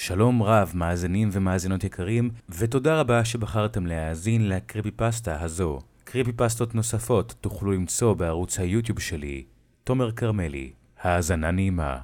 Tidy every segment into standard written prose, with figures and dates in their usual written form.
שלום רב, מאזינים ומאזינות יקרים, ותודה רבה שבחרתם להאזין לקריפיפסטה הזו. קריפיפסטות נוספות תוכלו למצוא בערוץ היוטיוב שלי, תומר קרמלי. האזנה נעימה.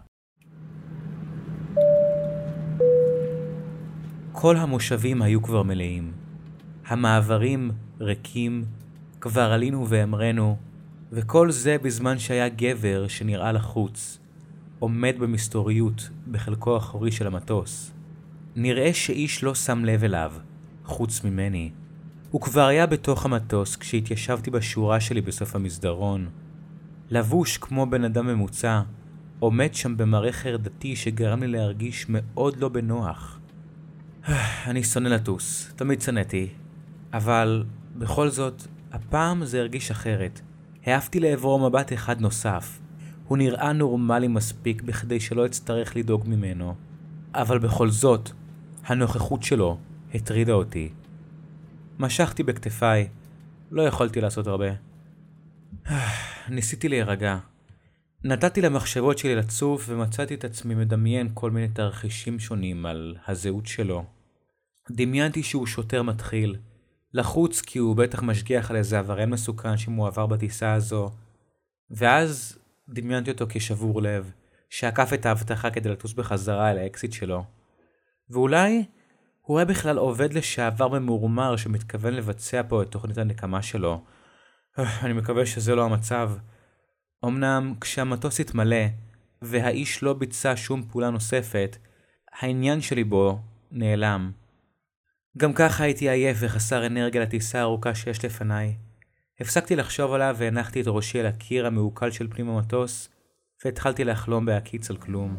כל המושבים היו כבר מלאים. המעברים ריקים, כבר עלינו ואמרנו, וכל זה בזמן שהיה גבר שנראה לחוץ, עומד במסתוריות בחלקו האחורי של המטוס. נראה שאיש לא שם לב אליו, חוץ ממני. הוא כבר היה בתוך המטוס כשהתיישבתי בשורה שלי בסוף המסדרון. לבוש כמו בן אדם ממוצע, עומד שם במראה חרדתי שגרם לי להרגיש מאוד לא בנוח. אני שונא לטוס, תמיד שנאתי. אבל בכל זאת, הפעם זה הרגיש אחרת. העפתי לעברו מבט אחד נוסף. הוא נראה נורמלי מספיק בכדי שלא אצטרך לדאוג ממנו. אבל בכל זאת, הנוכחות שלו הטרידה אותי. משכתי בכתפיי, לא יכולתי לעשות הרבה. ניסיתי להירגע. נתתי למחשבות שלי לצוף ומצאתי את עצמי מדמיין כל מיני תרחישים שונים על הזהות שלו. דמיינתי שהוא שוטר מתחיל, לחוץ כי הוא בטח משגיח על איזה עבריין מסוכן שמועבר בטיסה הזו, ואז דמיינתי אותו כשבור לב, שעקף את ההבטחה כדי לטוס בחזרה אל האקסיט שלו. ואולי הוא היה בכלל עובד לשעבר ממורמר שמתכוון לבצע פה את תוכנית הנקמה שלו. אני מקווה שזה לא המצב. אמנם כשהמטוס התמלא והאיש לא ביצע שום פעולה נוספת, העניין שלי בו נעלם. גם ככה הייתי עייף וחסר אנרגיה לטיסה הארוכה שיש לפניי. הפסקתי לחשוב עליו והנחתי את ראשי אל הקיר המעוקל של פנים המטוס, והתחלתי לחלום בהקיץ על כלום.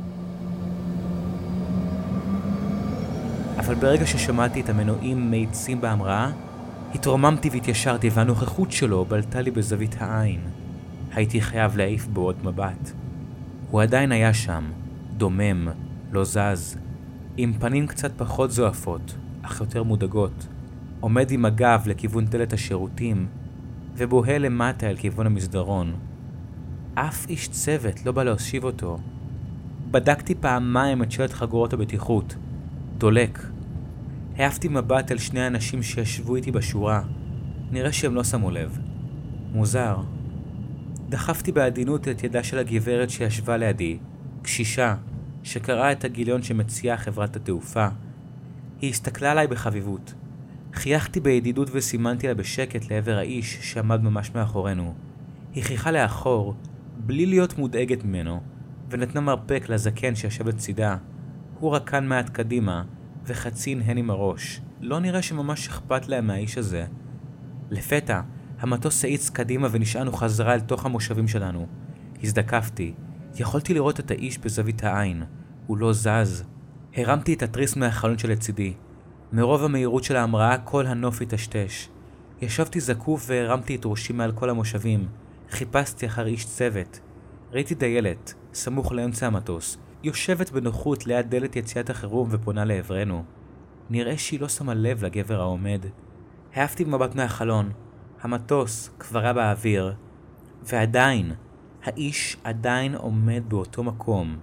אבל ברגע ששמעתי את המנועים מאיצים בהמראה, התרוממתי והתיישרתי והנוכחות שלו בלטה לי בזווית העין. הייתי חייב להעיף בו עוד מבט. הוא עדיין היה שם, דומם, לא זז, עם פנים קצת פחות זועפות, אך יותר מודאגות, עומד עם הגב לכיוון דלת השירותים, ובוהה למטה אל כיוון המסדרון. אף איש צוות לא בא להושיב אותו. בדקתי פעמיים את שלט חגורות הבטיחות. דולק. העפתי מבט אל שני האנשים שישבו איתי בשורה. נראה שהם לא שמו לב. מוזר. דחפתי בעדינות את ידה של הגברת שישבה לידי, קשישה, שקראה את הגיליון שמציעה חברת התעופה. היא הסתכלה עליי בחביבות. חייכתי בידידות וסימנתי לה בשקט לעבר האיש שעמד ממש מאחורינו. היא חיכה לאחור, בלי להיות מודאגת ממנו, ונתנה מרפק לזקן שישב לצידה. הוא רקן מעט קדימה, וחצי הנהן עם הראש. לא נראה שממש אכפת להם מהאיש הזה. לפתע, המטוס האיץ קדימה ונשענו חזרה אל תוך המושבים שלנו. הזדקפתי. יכולתי לראות את האיש בזווית העין. הוא לא זז. הרמתי את התריס מהחלון שלצידי. מרוב המהירות של ההמראה כל הנוף התשתש. ישבתי זקוף והרמתי את ראשי מעל כל המושבים. חיפשתי אחר איש צוות. ראיתי דיילת, סמוך לאמצע המטוס, יושבת בנוחות ליד דלת יציאת החירום ופונה לעברנו. נראה שהיא לא שמה לב לגבר העומד. העפתי מבט מהחלון. המטוס כבר היה באוויר. ועדיין, האיש עדיין עומד באותו מקום.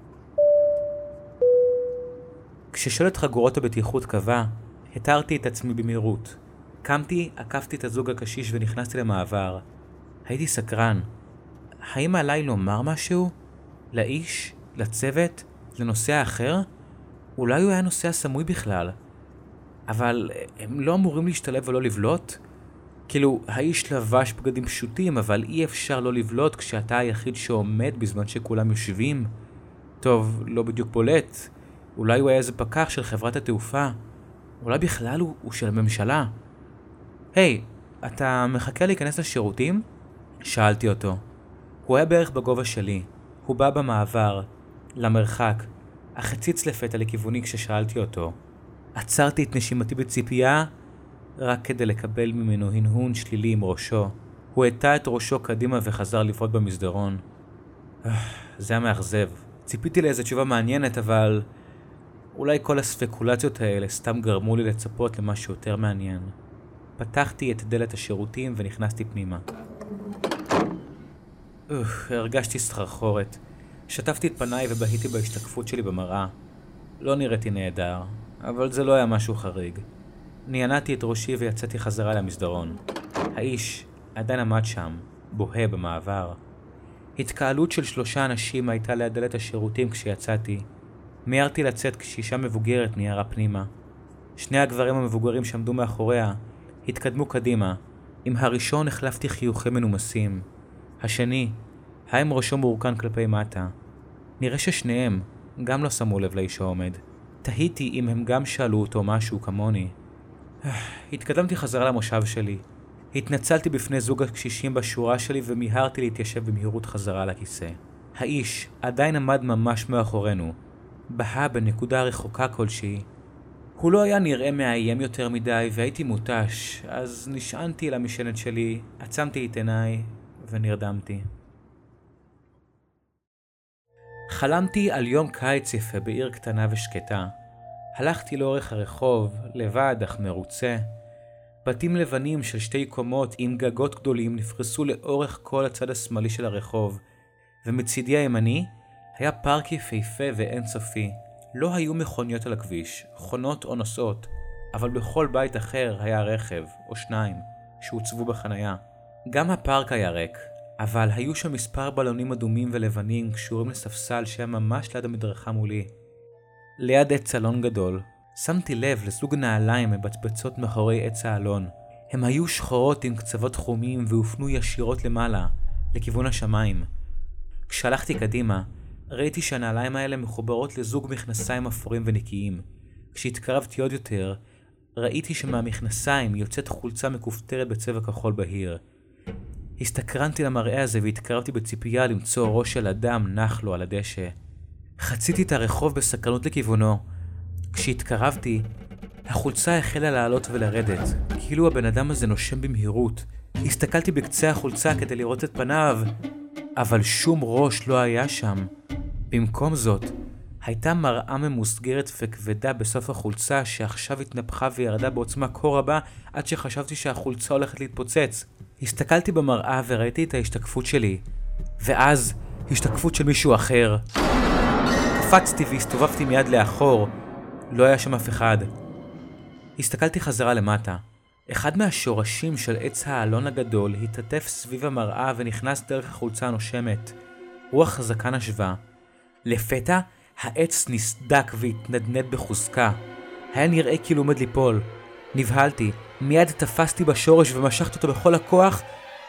כששלט חגורות הבטיחות קבע, התרתי את עצמי במהירות. קמתי, עקפתי את הזוג הקשיש ונכנסתי למעבר. הייתי סקרן. האם עליי לומר משהו? לאיש? לצוות? לנוסע אחר? אולי הוא היה נוסע סמוי בכלל. אבל הם לא אמורים להשתלב ולא לבלוט? כאילו, האיש לבש בגדים פשוטים, אבל אי אפשר לא לבלוט כשאתה היחיד שעומד בזמן שכולם יושבים. טוב, לא בדיוק בולט. אולי הוא היה איזה פקח של חברת התעופה. אולי בכלל הוא של הממשלה. היי, אתה מחכה להיכנס לשירותים? שאלתי אותו. הוא היה בערך בגובה שלי. הוא בא במעבר, למרחק, אך הציץ לפתע לכיווני כששאלתי אותו. עצרתי את נשימתי בציפייה, רק כדי לקבל ממנו הנהון שלילי עם ראשו. הוא הטה את ראשו קדימה וחזר לפעול במסדרון. זה היה מאכזב. ציפיתי לאיזו תשובה מעניינת, אבל אולי כל הספקולציות האלה סתם גרמו לי לצפות למשהו יותר מעניין. פתחתי את דלת השירותים ונכנסתי פנימה. הרגשתי סחרחורת. שטפתי את פניי ובהיתי בהשתקפות שלי במראה. לא נראיתי נהדר, אבל זה לא היה משהו חריג. נענעתי את ראשי ויצאתי חזרה למסדרון. האיש עדיין עמד שם, בוהה במעבר. התקהלות של 3 אנשים הייתה ליד דלת השירותים כשיצאתי. מיהרתי לצאת כשאישה מבוגרת ניערה פנימה. 2 הגברים המבוגרים שעמדו מאחוריה התקדמו קדימה. עם הראשון החלפתי חיוכים מנומסים. השני היה עם ראשו מורכן כלפי מטה. נראה ששניהם גם לא שמו לב לאיש העומד. תהיתי אם הם גם שאלו אותו משהו כמוני. התקדמתי חזרה למושב שלי. התנצלתי בפני זוג הקשישים בשורה שלי ומיהרתי להתיישב במהירות חזרה לכיסא. האיש עדיין עמד ממש מאחורינו, בהה בנקודה רחוקה כלשהי. הוא לא היה נראה מאיים יותר מדי והייתי מותש, אז נשענתי למשענת שלי, עצמתי את עיניי ונרדמתי. חלמתי על יום קיץ יפה בעיר קטנה ושקטה. הלכתי לאורך הרחוב, לבד אך מרוצה. בתים לבנים של 2 קומות עם גגות גדולים נפרסו לאורך כל הצד השמאלי של הרחוב, ומצידי הימני היה פארק יפהפה ואינסופי. לא היו מכוניות על הכביש, חונות או נוסעות, אבל בכל בית אחר היה רכב או 2 שהוצבו בחנייה. גם הפארק היה ריק, אבל היו שם מספר בלונים אדומים ולבנים קשורים לספסל שהיה ממש ליד המדרכה מולי. ליד עץ אלון גדול, שמתי לב לסוג נעליים מבצבצות מאחורי עץ האלון. הם היו שחורות עם קצוות חומים והופנו ישירות למעלה, לכיוון השמיים. כשהלכתי קדימה, ראיתי שהנעליים האלה מחוברות לזוג מכנסיים אפורים ונקיים. כשהתקרבתי עוד יותר, ראיתי שמהמכנסיים יוצאת חולצה מכופתרת בצבע כחול בהיר. הסתקרנתי למראה הזה והתקרבתי בציפייה למצוא ראש של אדם נח לו על הדשא. חציתי את הרחוב בסקרנות לכיוונו. כשהתקרבתי, החולצה החלה לעלות ולרדת, כאילו הבן אדם הזה נושם במהירות. הסתכלתי בקצה החולצה כדי לראות את פניו, אבל שום ראש לא היה שם. במקום זאת, הייתה מראה ממוסגרת וכבדה בסוף החולצה שעכשיו התנפחה וירדה בעוצמה כה רבה עד שחשבתי שהחולצה הולכת להתפוצץ. הסתכלתי במראה וראיתי את ההשתקפות שלי, ואז השתקפות של מישהו אחר. קפצתי והסתובבתי מיד לאחור, לא היה שם אף אחד. הסתכלתי חזרה למטה. אחד מהשורשים של עץ האלון הגדול התעטף סביב המראה ונכנס דרך החולצה הנושמת. רוח חזקה נשבה. לפתע העץ נסדק והתנדנד בחוזקה. היה נראה כאילו עומד ליפול. נבהלתי, מיד תפסתי בשורש ומשכתי אותו בכל הכוח,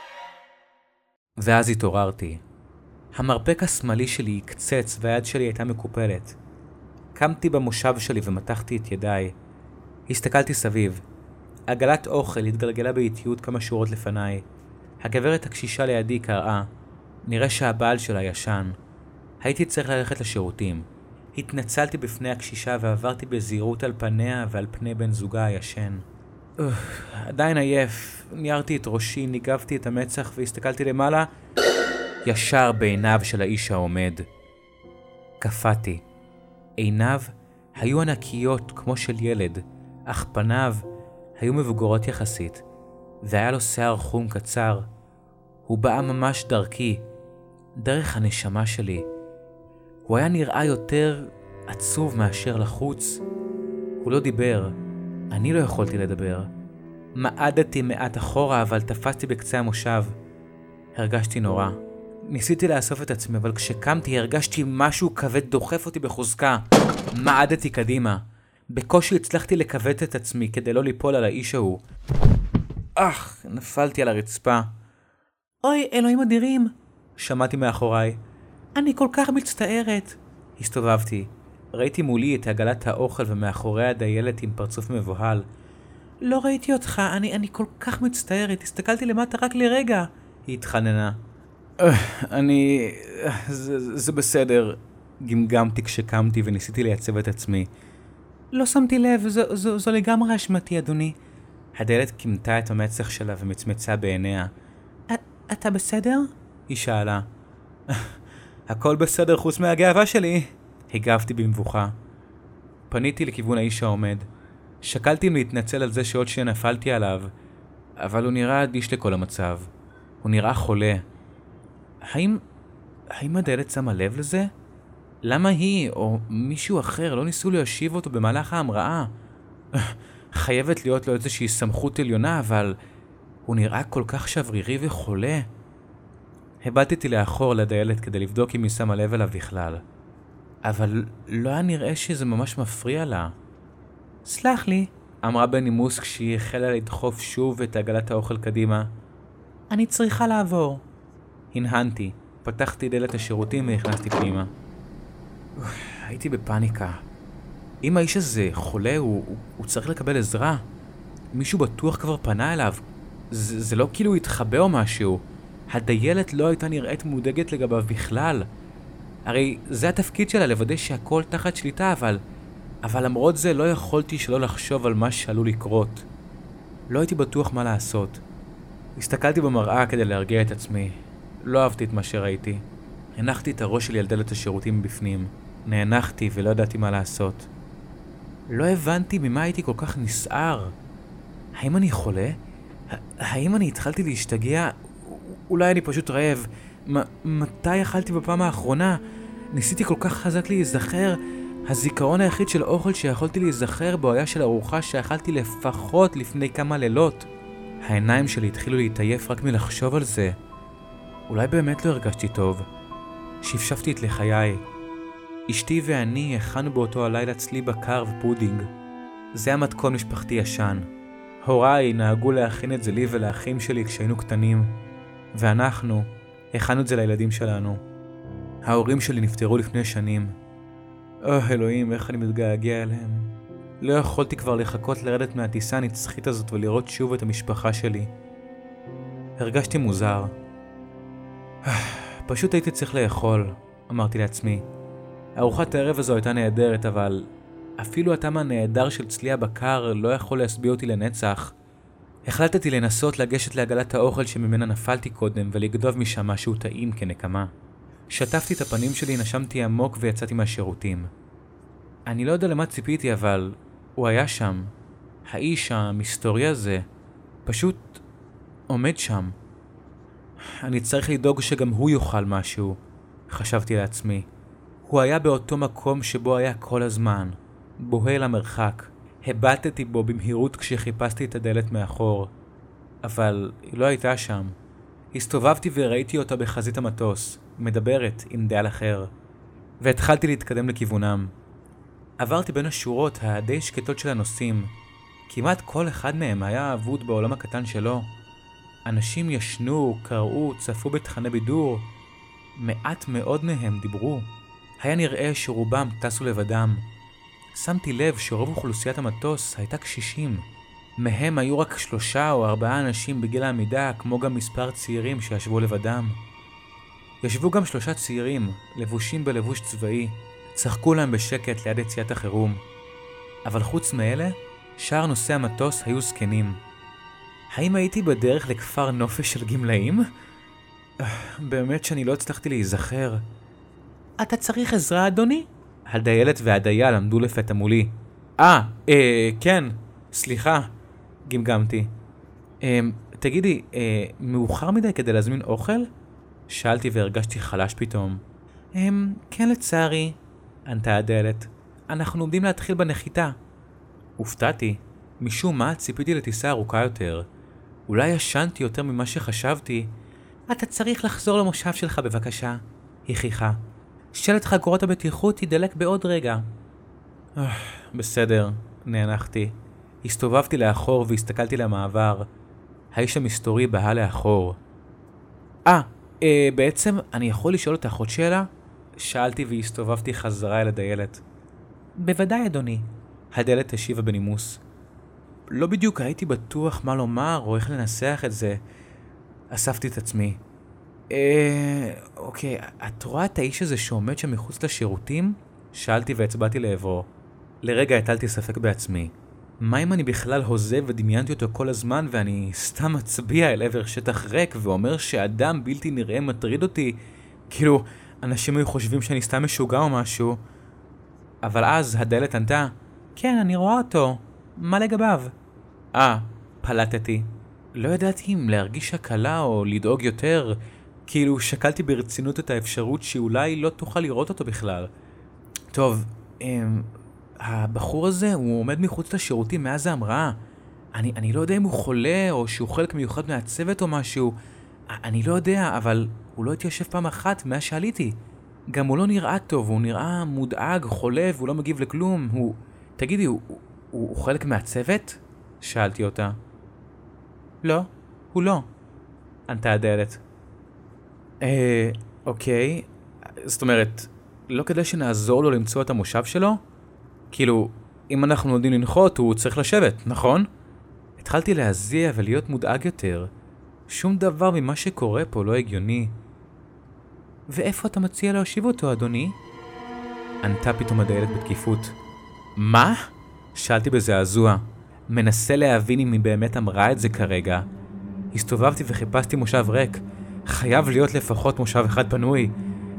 ואז התעוררתי. המרפק השמאלי שלי הקצץ והיד שלי הייתה מקופלת. קמתי במושב שלי ומתחתי את ידיי. הסתכלתי סביב. עגלת אוכל התגלגלה באיטיות כמה שורות לפניי. הגברת הקשישה לידי קראה. נראה שהבעל שלה ישן. הייתי צריך ללכת לשירותים. התנצלתי בפני הקשישה ועברתי בזהירות על פניה ועל פני בן זוגה הישן. עדיין עייף. ניערתי את ראשי, ניגבתי את המצח והסתכלתי למעלה, ישר בעיניו של האיש העומד. קפאתי. עיניו היו ענקיות כמו של ילד, אך פניו היו מבוגרות יחסית, והיה לו שיער חום קצר. הוא בא ממש דרכי, דרך הנשמה שלי. הוא היה נראה יותר עצוב מאשר לחוץ. הוא לא דיבר, אני לא יכולתי לדבר. מעדתי מעט אחורה, אבל תפסתי בקצה המושב. הרגשתי נורא. ניסיתי לאסוף את עצמי, אבל כשקמתי הרגשתי משהו כבד דוחף אותי בחוזקה. מעדתי קדימה. בקושי הצלחתי לכבד את עצמי כדי לא ליפול על האיש ההוא. נפלתי על הרצפה. אוי, אלוהים אדירים, שמעתי מאחוריי. אני כל כך מצטערת. הסתובבתי. ראיתי מולי את עגלת האוכל ומאחוריה דיילת עם פרצוף מבוהל. לא ראיתי אותך, אני כל כך מצטערת. הסתכלתי למטה רק לרגע. היא התחננה. זה בסדר. גמגמתי כשקמתי וניסיתי לייצב את עצמי. לא שמתי לב, זו לגמרי אשמתי, אדוני. הדיילת קימתה את המצח שלה ומצמצה בעיניה. אתה בסדר? היא שאלה. הכל בסדר חוץ מהגאווה שלי. הגבתי במבוכה. פניתי לכיוון האיש העומד. שקלתי אם להתנצל על זה שעוד שנפלתי עליו, אבל הוא נראה אדיש לכל המצב. הוא נראה חולה. האם הדיילת שמה לב לזה? למה היא או מישהו אחר לא ניסו להשיב אותו במהלך ההמראה? חייבת להיות לו איזושהי סמכות עליונה, אבל הוא נראה כל כך שברירי וחולה. הבטתי לאחור לדיילת כדי לבדוק אם היא שמה לב אליו בכלל. אבל לא היה נראה שזה ממש מפריע לה. סלח לי, אמרה בנימוס כשהיא החלה לדחוף שוב את עגלת האוכל קדימה. אני צריכה לעבור. הנהנתי, פתחתי דלת השירותים והכנסתי פנימה. הייתי בפאניקה. אם האיש הזה חולה, הוא צריך לקבל עזרה. מישהו בטוח כבר פנה אליו. זה לא כאילו התחבא או משהו. הדיילת לא הייתה נראית מודאגת לגביו בכלל. הרי זה התפקיד שלה לוודא שהכל תחת שליטה, אבל למרות זה לא יכולתי שלא לחשוב על מה שעלול לקרות. לא הייתי בטוח מה לעשות. הסתכלתי במראה כדי להרגיע את עצמי. לא אהבתי את מה שראיתי. הנחתי את הראש שלי על דלת השירותים בפנים. נאנחתי ולא ידעתי מה לעשות. לא הבנתי ממה הייתי כל כך נסער. האם אני חולה? האם אני התחלתי להשתגע? אולי אני פשוט רעב. מתי אכלתי בפעם האחרונה? ניסיתי כל כך חזק להיזכר. הזיכרון היחיד של אוכל שיכולתי להיזכר בו היה של ארוחה שאכלתי לפחות לפני כמה לילות. העיניים שלי התחילו להתעייף רק מלחשוב על זה. אולי באמת לא הרגשתי טוב. שפשפתי את לחיי. אשתי ואני הכנו באותו הלילה צלי בקר ופודינג. זה היה מתכון משפחתי ישן. הוריי נהגו להכין את זה לי ולאחים שלי כשהיינו קטנים, ואנחנו הכנו את זה לילדים שלנו. ההורים שלי נפטרו לפני שנים. אלוהים, איך אני מתגעגע אליהם. לא יכולתי כבר לחכות לרדת מהטיסה הנצחית הזאת ולראות שוב את המשפחה שלי. הרגשתי מוזר. פשוט הייתי צריך לאכול, אמרתי לעצמי. ארוחת הערב הזו הייתה נהדרת, אבל אפילו הטעם הנהדר של צלי הבקר לא יכול להשביע אותי לנצח. החלטתי לנסות לגשת לעגלת האוכל שממנה נפלתי קודם ולגדוב משם משהו טעים כנקמה. שטפתי את הפנים שלי, נשמתי עמוק ויצאתי מהשירותים. אני לא יודע למה ציפיתי, אבל הוא היה שם. האיש המסתורי הזה פשוט עומד שם. אני צריך לדאוג שגם הוא יאכל משהו, חשבתי לעצמי. הוא היה באותו מקום שבו היה כל הזמן, בוהה למרחק. הבטתי בו במהירות כשחיפשתי את הדלת מאחור, אבל היא לא הייתה שם. הסתובבתי וראיתי אותה בחזית המטוס, מדברת עם דייל אחר, והתחלתי להתקדם לכיוונם. עברתי בין השורות הדי שקטות של הנוסעים. כמעט כל אחד מהם היה אבוד בעולם הקטן שלו. אנשים ישנו, קראו, צפו בתכני בידור. מעט מאוד מהם דיברו. היה נראה שרובם טסו לבדם. שמתי לב שרוב אוכלוסיית המטוס הייתה קשישים. מהם היו רק 3 או 4 אנשים בגיל העמידה, כמו גם מספר צעירים שישבו לבדם. ישבו גם 3 צעירים, לבושים בלבוש צבאי. צחקו להם בשקט ליד יציאת החירום. אבל חוץ מאלה, שאר נושאי המטוס היו זקנים. האם הייתי בדרך לכפר נופש של גמלאים? באמת שאני לא הצלחתי להיזכר. אתה צריך עזרה, אדוני? הדיילת והדייל עמדו לפתע מולי. כן, סליחה, גמגמתי. תגידי, מאוחר מדי כדי להזמין אוכל? שאלתי והרגשתי חלש פתאום. כן לצערי, ענתה הדיילת. אנחנו עומדים להתחיל בנחיתה. הופתעתי. משום מה ציפיתי לטיסה ארוכה יותר. אולי ישנתי יותר ממה שחשבתי. אתה צריך לחזור למושב שלך בבקשה, היא חיכה. שלט חגורות הבטיחות ידלק בעוד רגע. בסדר, נאנחתי. הסתובבתי לאחור והסתכלתי למעבר. האיש המסתורי בהה לאחור. בעצם אני יכול לשאול אותך עוד שאלה? שאלתי והסתובבתי חזרה אל הדיילת. בוודאי אדוני, הדיילת השיבה בנימוס. לא בדיוק הייתי בטוח מה לומר או איך לנסח את זה. אספתי את עצמי. אוקיי, את רואה את האיש הזה שעומד שם מחוץ לשירותים? שאלתי והצבעתי לעברו. לרגע הטלתי ספק בעצמי. מה אם אני בכלל הוזה ודמיינתי אותו כל הזמן ואני סתם מצביע אל עבר שטח ריק ואומר שאדם בלתי נראה מטריד אותי? כאילו, אנשים היו חושבים שאני סתם משוגע או משהו. אבל אז הדיילת ענתה, כן, אני רואה אותו. מה לגביו? פלטתי. לא ידעתי אם להרגיש הקלה או לדאוג יותר. כאילו שקלתי ברצינות את האפשרות שאולי לא תוכל לראות אותו בכלל. טוב, הבחור הזה, הוא עומד מחוץ לשירותים מאז ההמראה. אני לא יודע אם הוא חולה, או שהוא חלק מיוחד מהצוות או משהו. אני לא יודע, אבל הוא לא התיישב פעם אחת מאז שעליתי. גם הוא לא נראה טוב, הוא נראה מודאג, חולה, והוא לא מגיב לכלום. תגידי, הוא חלק מהצוות? שאלתי אותה. לא, הוא לא. ענתה הדלת. אוקיי. זאת אומרת, לא כדאי שנעזור לו למצוא את המושב שלו? כאילו, אם אנחנו יודעים לנחות, הוא צריך לשבת, נכון? התחלתי להזיע ולהיות מודאג יותר. שום דבר ממה שקורה פה לא הגיוני. ואיפה אתה מציע להושיב אותו, אדוני? ענתה פתאום הדלת בתקיפות. מה? שאלתי בזעזוע. מנסה להבין אם היא באמת אמרה את זה כרגע. הסתובבתי וחיפשתי מושב ריק. חייב להיות לפחות מושב אחד פנוי.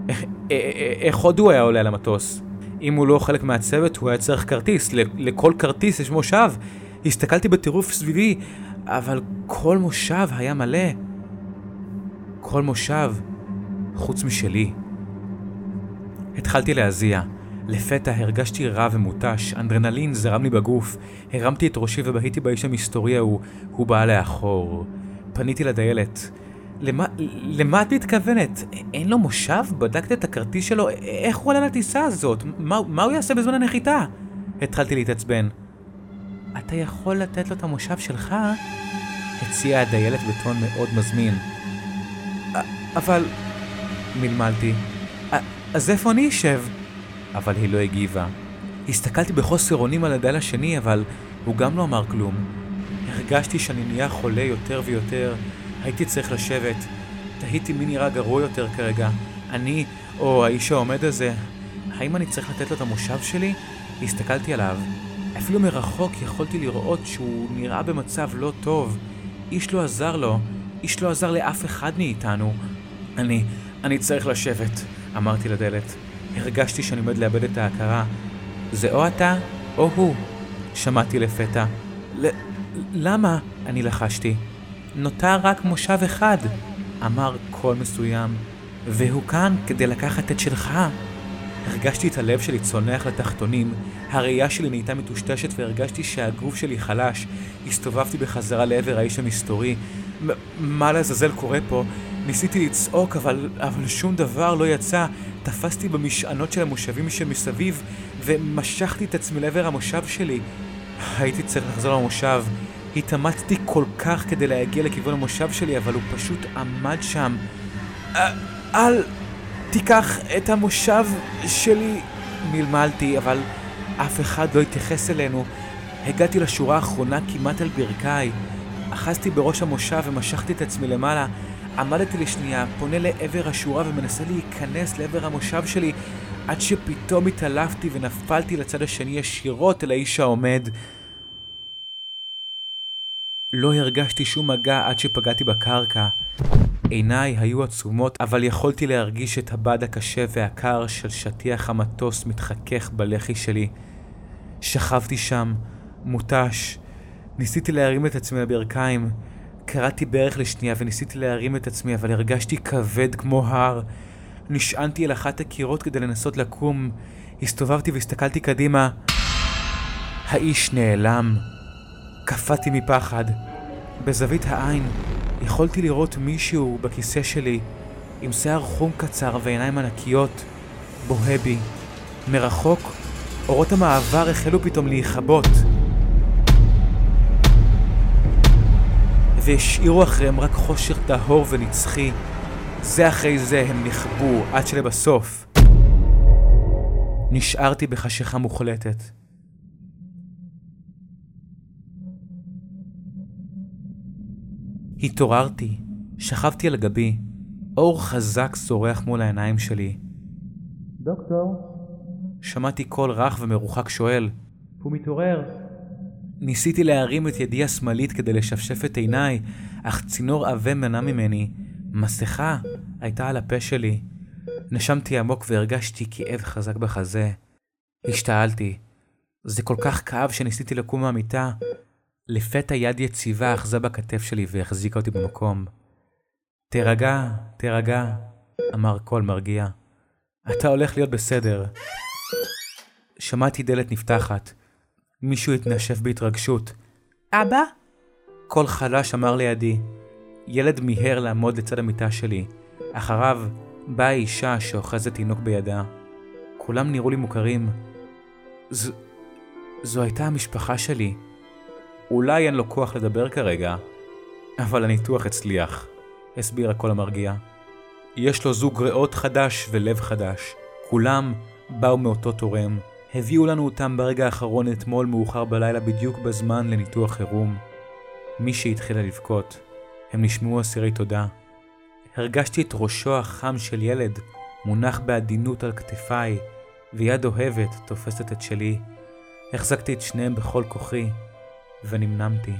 איך עוד הוא היה עולה על המטוס? אם הוא לא חלק מהצוות, הוא היה צריך כרטיס. לכל כרטיס יש מושב. הסתכלתי בטירוף סביבי, אבל כל מושב היה מלא. כל מושב, חוץ משלי. התחלתי להזיע. לפתע הרגשתי רע ומותש, אנדרנלין זרם לי בגוף. הרמתי את ראשי ובהיתי באיש המסתורי ההוא, הוא בא לאחור. פניתי לדיילת. למה את מתכוונת? אין לו מושב? בדקת את הכרטיס שלו? איך הוא עלה לטיסה הזאת? מה הוא יעשה בזמן הנחיתה? התחלתי להתעצבן. אתה יכול לתת לו את המושב שלך? הציעה הדיילת בטון מאוד מזמין. אבל... מלמלתי. אז איפה אני אשב? אבל היא לא הגיבה. הסתכלתי בחוסר אונים על הדייל השני, אבל הוא גם לא אמר כלום. הרגשתי שאני נהיה חולה יותר ויותר. הייתי צריך לשבת. תהיתי מי נראה גרוע יותר כרגע. אני או האיש העומד הזה. האם אני צריך לתת לו את המושב שלי? הסתכלתי עליו. אפילו מרחוק יכולתי לראות שהוא נראה במצב לא טוב. איש לא עזר לו. איש לא עזר לאף אחד מאיתנו. אני צריך לשבת, אמרתי לדלת. הרגשתי שאני עומד לאבד את ההכרה. זה או אתה או הוא. שמעתי לפתע. למה? אני לחשתי. נותר רק מושב אחד, אמר קול מסוים, והוא כאן כדי לקחת את שלך. הרגשתי את הלב שלי צונח לתחתונים, הראייה שלי נהייתה מטושטשת והרגשתי שהגוף שלי חלש. הסתובבתי בחזרה לעבר האיש המסתורי. מה לעזאזל קורה פה? ניסיתי לצעוק, אבל שום דבר לא יצא. תפסתי במשענות של המושבים שמסביב ומשכתי את עצמי לעבר המושב שלי. הייתי צריך לחזור למושב. התאמצתי כל כך כדי להגיע לכיוון המושב שלי, אבל הוא פשוט עמד שם. אל תיקח את המושב שלי, מלמלתי, אבל אף אחד לא התייחס אלינו. הגעתי לשורה האחרונה כמעט על ברכיי. אחזתי בראש המושב ומשכתי את עצמי למעלה. עמדתי לשנייה, פונה לעבר השורה ומנסה להיכנס לעבר המושב שלי, עד שפתאום התעלפתי ונפלתי לצד השני ישירות אל האיש העומד. לא הרגשתי שום מגע עד שפגעתי בקרקע. עיניי היו עצומות, אבל יכולתי להרגיש את הבד הקשה והקר של שטיח המטוס מתחכך בלחי שלי. שכבתי שם, מותש. ניסיתי להרים את עצמי לברכיים. קראתי בערך לשנייה וניסיתי להרים את עצמי, אבל הרגשתי כבד כמו הר. נשענתי אל אחת הקירות כדי לנסות לקום. הסתובבתי והסתכלתי קדימה. האיש נעלם. קפאתי מפחד. בזווית העין יכולתי לראות מישהו בכיסא שלי, עם שיער חום קצר ועיניים ענקיות, בוהה בי. מרחוק, אורות המעבר החלו פתאום להיכבות. והשאירו אחריהם רק חושך טהור ונצחי. זה אחרי זה הם נכבו עד שלבסוף נשארתי בחשיכה מוחלטת. התעוררתי, שכבתי על גבי, אור חזק זורח מול העיניים שלי. דוקטור? שמעתי קול רך ומרוחק שואל. הוא מתעורר. ניסיתי להרים את ידי השמאלית כדי לשפשף את עיניי, אך צינור עבה מנע ממני. מסכה הייתה על הפה שלי. נשמתי עמוק והרגשתי כאב חזק בחזה. השתעלתי. זה כל כך כאב שניסיתי לקום מהמיטה. לפתע יד יציבה אחזה בכתף שלי והחזיקה אותי במקום. תרגע, תרגע, אמר קול מרגיע. אתה הולך להיות בסדר. שמעתי דלת נפתחת. מישהו התנשף בהתרגשות. אבא? קול חלש אמר לידי. ילד מיהר לעמוד לצד המיטה שלי. אחריו באה אישה שאוחזת תינוק בידה. כולם נראו לי מוכרים. זו הייתה המשפחה שלי. אולי אין לו כוח לדבר כרגע, אבל הניתוח הצליח, הסביר הקול המרגיע. יש לו זוג ריאות חדש ולב חדש. כולם באו מאותו תורם. הביאו לנו אותם ברגע האחרון אתמול מאוחר בלילה בדיוק בזמן לניתוח חירום. מישהי התחילה לבכות. הם נשמעו אסירי תודה. הרגשתי את ראשו החם של ילד מונח בעדינות על כתפיי, ויד אוהבת תופסת את שלי. החזקתי את שניהם בכל כוחי, ונמנמתי.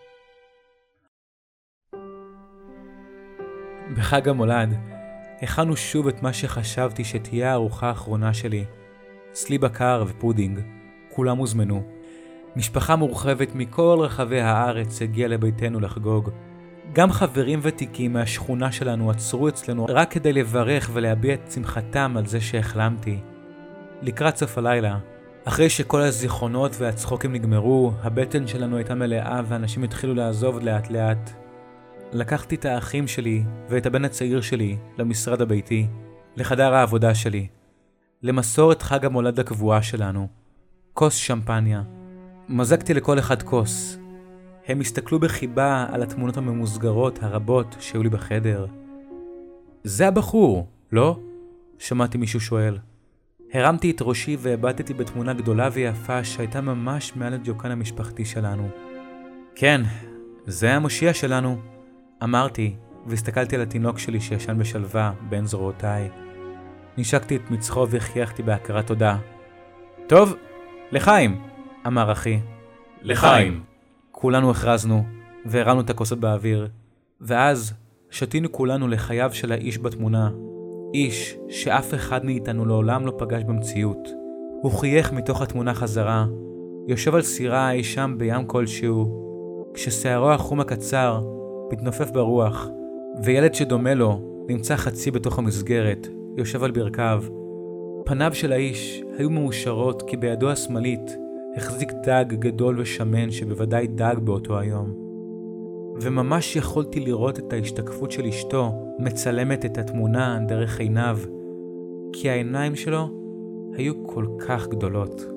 בחג המולד, הכנו שוב את מה שחשבתי שתהיה הארוחה האחרונה שלי. סלי בקר ופודינג, כולם הוזמנו. משפחה מורחבת מכל רחבי הארץ הגיעה לביתנו לחגוג. גם חברים ותיקים מהשכונה שלנו עצרו אצלנו רק כדי לברך ולהביע את שמחתם על זה שהחלמתי. לקראת סוף הלילה, אחרי שכל הזיכרונות והצחוקים נגמרו, הבטן שלנו הייתה מלאה ואנשים התחילו לעזוב לאט לאט. לקחתי את האחים שלי ואת הבן הצעיר שלי למשרד הביתי, לחדר העבודה שלי, למסורת חג המולד הקבועה שלנו. כוס שמפניה. מזגתי לכל אחד כוס. הם הסתכלו בחיבה על התמונות הממוסגרות הרבות שהיו לי בחדר. זה הבחור, לא? שמעתי מישהו שואל. הרמתי את ראשי והבטתי בתמונה גדולה ויפה שהייתה ממש מעל הדיוקן המשפחתי שלנו. כן, זה המושיע שלנו, אמרתי, והסתכלתי על התינוק שלי שישן בשלווה בין זרועותיי. נשקתי את מצחו וחייכתי בהכרת תודה. טוב, לחיים, אמר אחי. לחיים. כולנו הכרזנו, והרמנו את הכוסות באוויר, ואז שתינו כולנו לחייו של האיש בתמונה. איש שאף אחד מאיתנו לעולם לא פגש במציאות. הוא חייך מתוך התמונה חזרה, יושב על סירה אי שם בים כלשהו, כששערו החום הקצר מתנופף ברוח, וילד שדומה לו נמצא חצי בתוך המסגרת, יושב על ברכיו. פניו של האיש היו מאושרות כי בידו השמאלית החזיק דג גדול ושמן שבוודאי דג באותו היום. וממש יכולתי לראות את ההשתקפות של אשתו מצלמת את התמונה דרך עיניו, כי העיניים שלו היו כל כך גדולות.